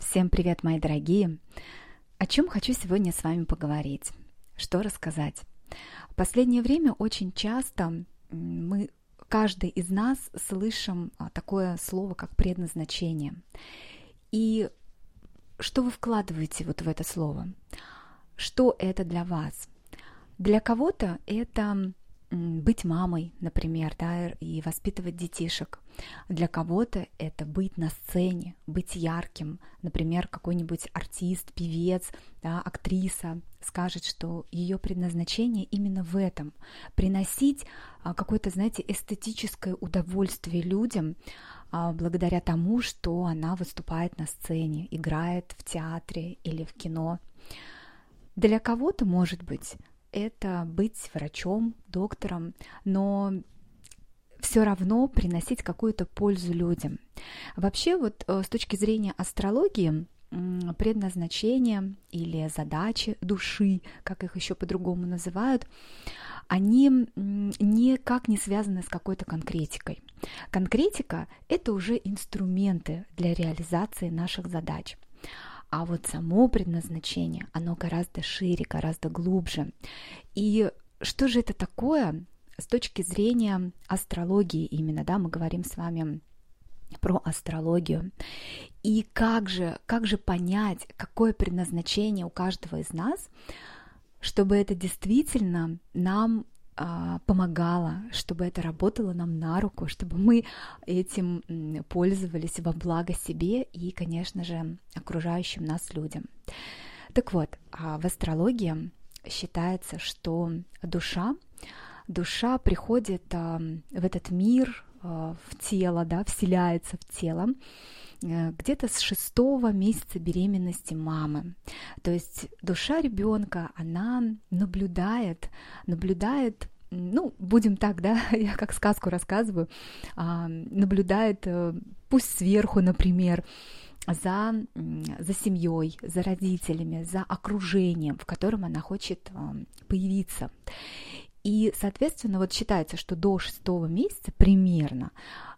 Всем привет, мои дорогие! О чем хочу сегодня с вами поговорить? Что рассказать? В последнее время очень часто каждый из нас слышим такое слово, как предназначение. И что вы вкладываете вот в это слово? Что это для вас? Для кого-то это быть мамой, например, да, и воспитывать детишек. Для кого-то это быть на сцене, быть ярким. Например, какой-нибудь артист, певец, да, актриса скажет, что ее предназначение именно в этом. Приносить какое-то, знаете, эстетическое удовольствие людям благодаря тому, что она выступает на сцене, играет в театре или в кино. Для кого-то, может быть, это быть врачом, доктором, но все равно приносить какую-то пользу людям. Вообще, вот с точки зрения астрологии, предназначение или задачи души, как их еще по-другому называют, они никак не связаны с какой-то конкретикой. Конкретика – это уже инструменты для реализации наших задач. А вот само предназначение, оно гораздо шире, гораздо глубже. И что же это такое с точки зрения астрологии именно, да, мы говорим с вами про астрологию. И как же понять, какое предназначение у каждого из нас, чтобы это действительно нам помогало, чтобы это работало нам на руку, чтобы мы этим пользовались во благо себе и, конечно же, окружающим нас людям. Так вот, в астрологии считается, что душа приходит в этот мир, в тело, да, вселяется в тело где-то с 6-го месяца беременности мамы. То есть душа ребенка, она наблюдает, ну, будем так, да, я как сказку рассказываю, наблюдает, пусть сверху, например, за семьей, за родителями, за окружением, в котором она хочет появиться. И, соответственно, вот считается, что до 6-го месяца примерно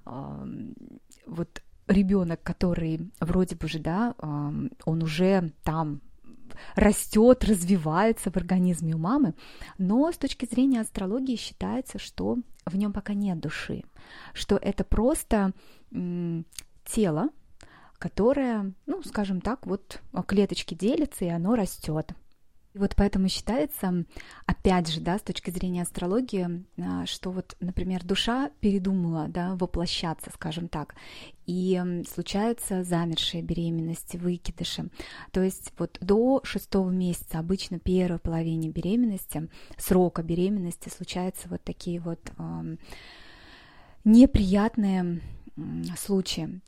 вот ребенок, который вроде бы же, да, он уже там растет, развивается в организме у мамы, но с точки зрения астрологии считается, что в нем пока нет души, что это просто тело, которое, ну, скажем так, вот клеточки делятся, и оно растет. И вот поэтому считается, опять же, да, с точки зрения астрологии, что вот, например, душа передумала, да, воплощаться, скажем так, и случаются замершие беременности, выкидыши. То есть вот до 6-го месяца, обычно первой половине беременности, срока беременности, случаются вот такие вот неприятные случаи.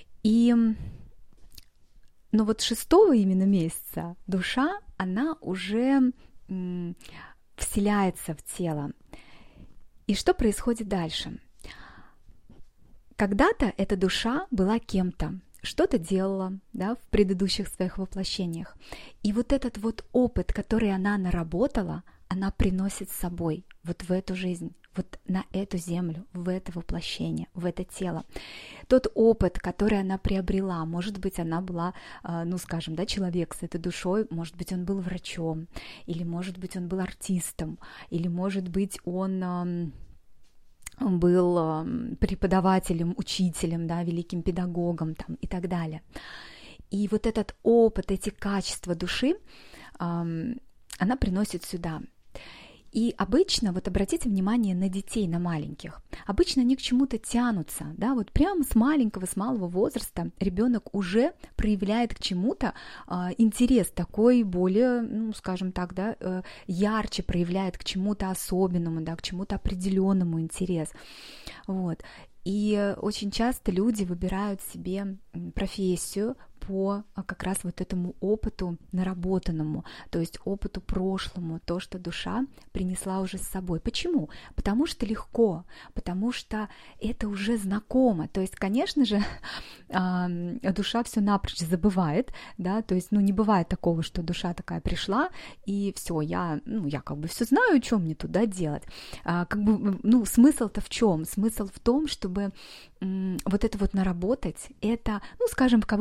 Но вот 6-го именно месяца душа, она уже вселяется в тело. И что происходит дальше? Когда-то эта душа была кем-то, что-то делала, да, в предыдущих своих воплощениях. И вот этот вот опыт, который она наработала, она приносит с собой вот в эту жизнь, вот на эту землю, в это воплощение, в это тело. Тот опыт, который она приобрела, может быть, она была, ну, скажем, да, человек с этой душой, может быть, он был врачом, или, может быть, он был артистом, или, может быть, он был преподавателем, учителем, да, великим педагогом там, и так далее. И вот этот опыт, эти качества души, она приносит сюда. И обычно, вот обратите внимание на детей, на маленьких, обычно они к чему-то тянутся, да, вот прямо с малого возраста ребенок уже проявляет к чему-то интерес такой более, ну, скажем так, да, ярче проявляет к чему-то особенному, да, к чему-то определенному интерес, вот. И очень часто люди выбирают себе профессию по как раз вот этому опыту наработанному, то есть опыту прошлому, то, что душа принесла уже с собой. Почему? Потому что легко, потому что это уже знакомо. То есть, конечно же, душа все напрочь забывает, да, то есть, ну, не бывает такого, что душа такая пришла, и все, я как бы все знаю, что мне туда делать. Как бы, ну, смысл-то в чем? Смысл в том, чтобы вот это вот наработать, это, ну, скажем, в кавычках, в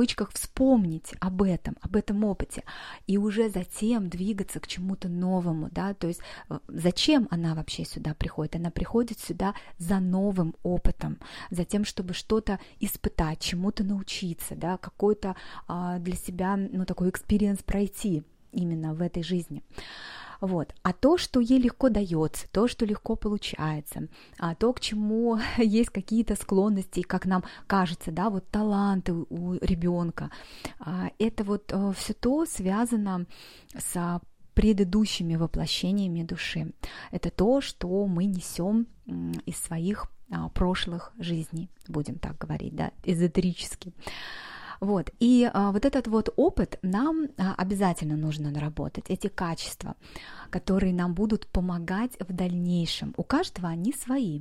вспомнить об этом опыте, и уже затем двигаться к чему-то новому, да, то есть зачем она вообще сюда приходит? Она приходит сюда за новым опытом, за тем, чтобы что-то испытать, чему-то научиться, да, какой-то для себя, такой экспириенс пройти именно в этой жизни. Вот. А то, что ей легко дается, то, что легко получается, то, к чему есть какие-то склонности, как нам кажется, да, вот таланты у ребенка, это вот все то связано с предыдущими воплощениями души. Это то, что мы несем из своих прошлых жизней, будем так говорить, да, эзотерически. Вот. И вот этот вот опыт нам обязательно нужно наработать, эти качества, которые нам будут помогать в дальнейшем. У каждого они свои.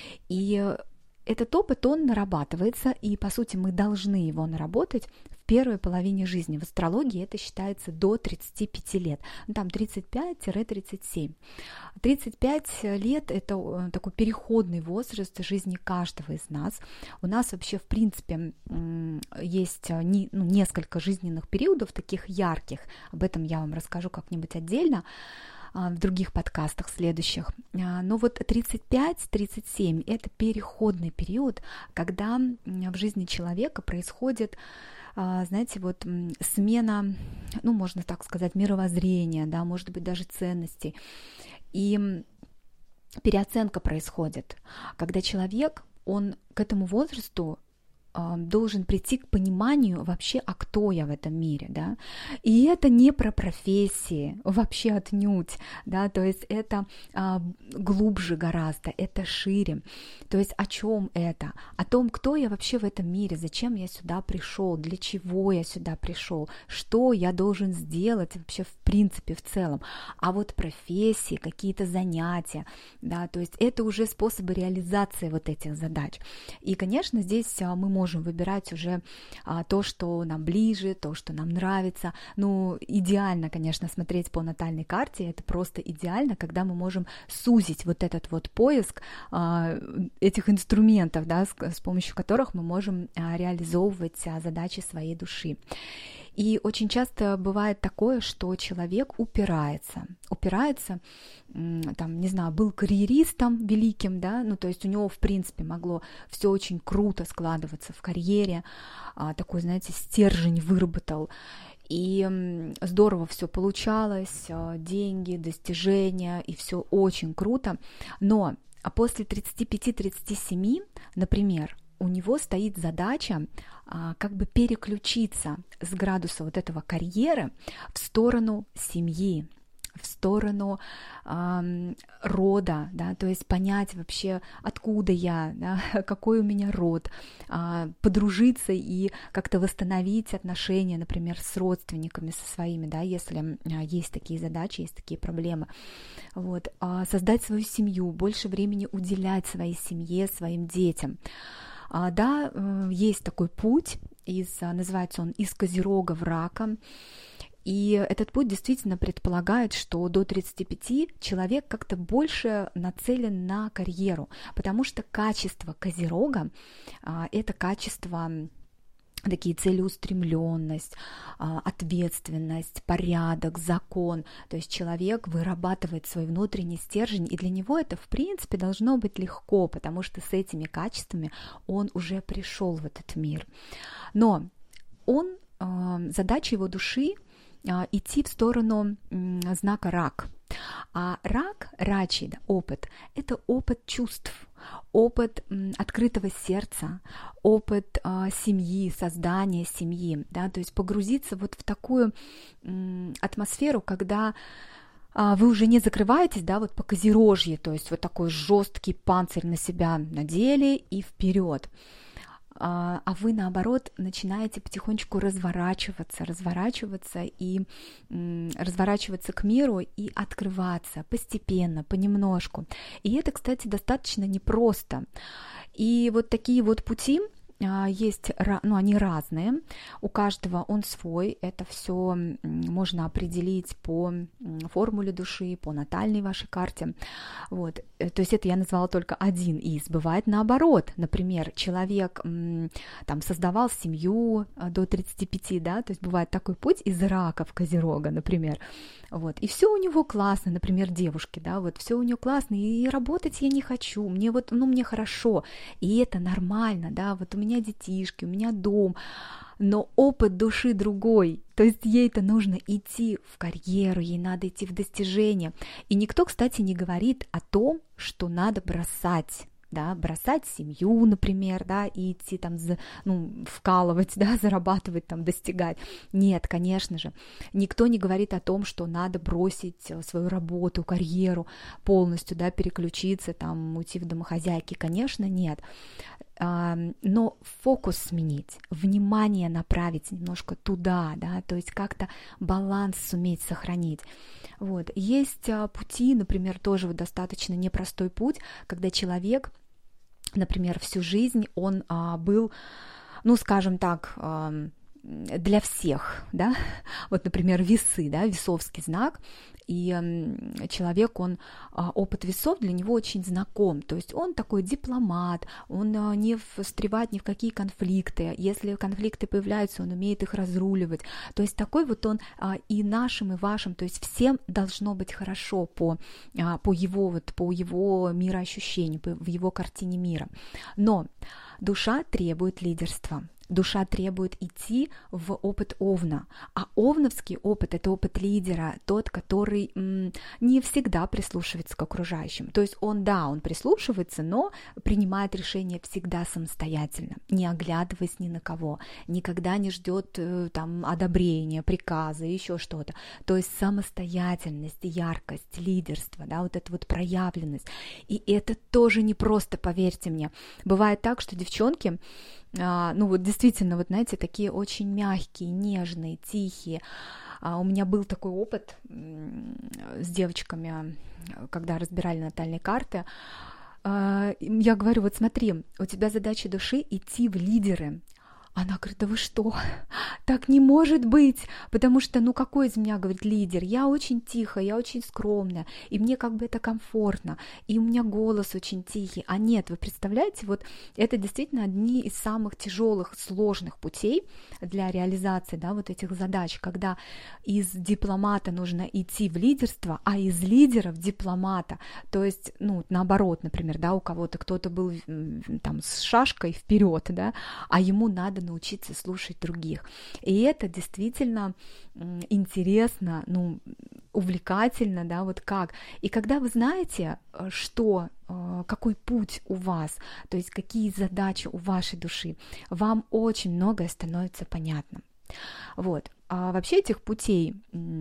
И этот опыт, он нарабатывается, и, по сути, мы должны его наработать в первой половине жизни. В астрологии это считается до 35 лет, там 35-37. 35 лет – это такой переходный возраст жизни каждого из нас. У нас вообще, в принципе, есть несколько жизненных периодов, таких ярких. Об этом я вам расскажу как-нибудь отдельно в других подкастах следующих. Но вот 35-37 – это переходный период, когда в жизни человека происходит, знаете, вот смена, можно так сказать, мировоззрения, да, может быть, даже ценностей. И переоценка происходит, когда человек, он к этому возрасту должен прийти к пониманию вообще, а кто я в этом мире, да, и это не про профессии, вообще отнюдь, да, то есть это глубже гораздо, это шире, то есть о чем это? О том, кто я вообще в этом мире, зачем я сюда пришел, для чего я сюда пришел, что я должен сделать вообще в принципе, в целом, а вот профессии, какие-то занятия, да, то есть это уже способы реализации вот этих задач, и, конечно, здесь мы можем выбирать уже то, что нам ближе, то, что нам нравится. Идеально, конечно, смотреть по натальной карте, это просто идеально, когда мы можем сузить вот этот вот поиск этих инструментов, да, с помощью которых мы можем реализовывать задачи своей души. И очень часто бывает такое, что человек упирается, там, не знаю, был карьеристом великим, да, то есть у него, в принципе, могло все очень круто складываться в карьере, такой, знаете, стержень выработал, и здорово все получалось, деньги, достижения, и все очень круто, но после 35-37, например, у него стоит задача как бы переключиться с градуса вот этого карьеры в сторону семьи, в сторону рода, да, то есть понять вообще, откуда я, да, какой у меня род, подружиться и как-то восстановить отношения, например, с родственниками, со своими, да, если есть такие задачи, есть такие проблемы, вот, создать свою семью, больше времени уделять своей семье, своим детям. Да, есть такой путь, называется он «Из Козерога в Рака», и этот путь действительно предполагает, что до 35 человек как-то больше нацелен на карьеру, потому что качество Козерога – это качество, такие целеустремленность, ответственность, порядок, закон. То есть человек вырабатывает свой внутренний стержень, и для него это, в принципе, должно быть легко, потому что с этими качествами он уже пришел в этот мир. Но задача его души идти в сторону знака Рак. А рак, рачий, да, опыт – это опыт чувств, опыт открытого сердца, опыт семьи, создания семьи, да, то есть погрузиться вот в такую атмосферу, когда вы уже не закрываетесь, да, вот по козерожье, то есть вот такой жесткий панцирь на себя надели и вперед. А вы, наоборот, начинаете потихонечку разворачиваться и разворачиваться к миру и открываться постепенно, понемножку. И это, кстати, достаточно непросто. И вот такие вот пути, есть, ну, они разные, у каждого он свой, это все можно определить по формуле души, по натальной вашей карте, вот, то есть это я назвала только один из, бывает наоборот, например, человек там создавал семью до 35, да, то есть бывает такой путь из рака в Козерога, например, вот, и все у него классно, например, девушки, да, вот, все у нее классно, и работать я не хочу, мне вот, ну, мне хорошо, и это нормально, да, вот у меня детишки, у меня дом, но опыт души другой, то есть ей-то нужно идти в карьеру, ей надо идти в достижения, и никто, кстати, не говорит о том, что надо бросать, да, бросать семью, например, да, и идти там, ну, вкалывать, да, зарабатывать, там, достигать. Нет, конечно же, никто не говорит о том, что надо бросить свою работу, карьеру полностью, да, переключиться, там, уйти в домохозяйки, конечно, нет. Но фокус сменить, внимание направить немножко туда, да, то есть как-то баланс суметь сохранить. Вот. Есть пути, например, тоже вот достаточно непростой путь, когда человек, например, всю жизнь он был, ну, скажем так, для всех, да, вот, например, весы, да, весовский знак, и человек, он, опыт весов для него очень знаком, то есть он такой дипломат, он не встревает ни в какие конфликты, если конфликты появляются, он умеет их разруливать, то есть такой вот он и нашим, и вашим, то есть всем должно быть хорошо по его мироощущению, в его картине мира, но душа требует лидерства. Душа требует идти в опыт Овна, а овновский опыт – это опыт лидера, тот, который не всегда прислушивается к окружающим. То есть он прислушивается, но принимает решения всегда самостоятельно, не оглядываясь ни на кого, никогда не ждет там одобрения, приказа, еще что-то. То есть самостоятельность, яркость, лидерство, да, вот эта вот проявленность. И это тоже не просто, поверьте мне. Бывает так, что девчонки, ну вот действительно, вот знаете, такие очень мягкие, нежные, тихие. У меня был такой опыт с девочками, когда разбирали натальные карты. Я говорю, вот смотри, у тебя задача души идти в лидеры. Она говорит, да вы что, так не может быть, потому что, ну какой из меня, говорит, лидер, я очень тихая, я очень скромная, и мне как бы это комфортно, и у меня голос очень тихий, а нет, вы представляете, вот это действительно одни из самых тяжелых, сложных путей для реализации, да, вот этих задач, когда из дипломата нужно идти в лидерство, а из лидера в дипломата, то есть, ну, наоборот, например, да, у кого-то кто-то был там с шашкой вперед, да, а ему надо научиться слушать других. И это действительно интересно, ну, увлекательно, да, вот как. И когда вы знаете, что, какой путь у вас, то есть какие задачи у вашей души, вам очень многое становится понятно. Вот. А вообще этих путей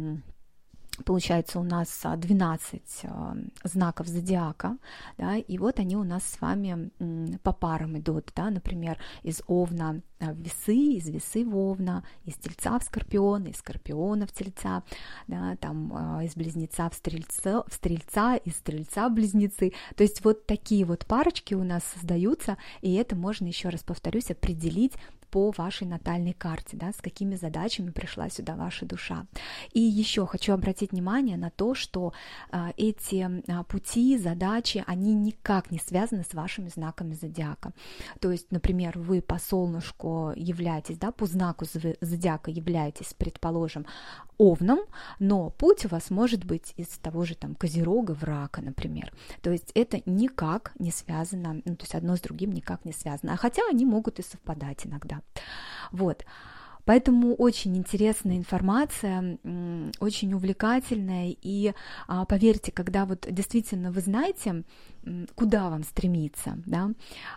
получается у нас 12 знаков зодиака, да, и вот они у нас с вами по парам идут, да, например, из Овна в Весы, из Весы в Овна, из Тельца в Скорпиона, из Скорпиона в Тельца, да, там из Близнеца в Стрельца, из Стрельца в Близнецы, то есть вот такие вот парочки у нас создаются, и это можно, еще раз повторюсь, определить по вашей натальной карте, да, с какими задачами пришла сюда ваша душа. И еще хочу обратить внимание на то, что эти пути, задачи, они никак не связаны с вашими знаками зодиака. То есть, например, вы по солнышку являетесь, да, по знаку зодиака являетесь, предположим, Овном, но путь у вас может быть из того же там Козерога в Рака, например. То есть это никак не связано, ну, то есть одно с другим никак не связано, хотя они могут и совпадать иногда. Вот. Поэтому очень интересная информация, очень увлекательная, и поверьте, когда вот действительно вы знаете, куда вам стремиться, да,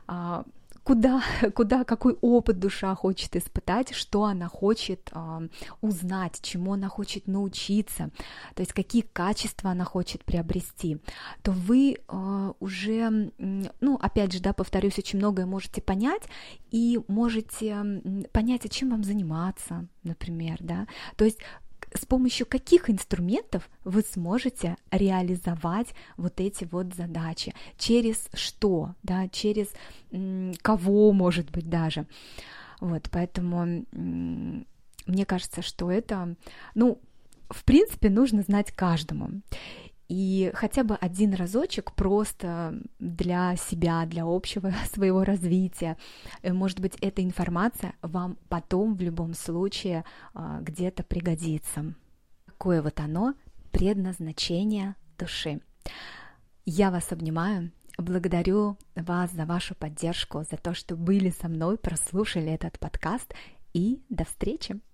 куда, какой опыт душа хочет испытать, что она хочет узнать, чему она хочет научиться, то есть какие качества она хочет приобрести, то вы уже, ну, опять же, да, повторюсь, очень многое можете понять, и можете понять, а чем вам заниматься, например, да, то есть с помощью каких инструментов вы сможете реализовать вот эти вот задачи, через что, да, через кого, может быть, даже. Вот, поэтому мне кажется, что это, в принципе, нужно знать каждому. И хотя бы один разочек просто для себя, для общего своего развития. Может быть, эта информация вам потом в любом случае где-то пригодится. Такое вот оно, предназначение души. Я вас обнимаю, благодарю вас за вашу поддержку, за то, что были со мной, прослушали этот подкаст, и до встречи!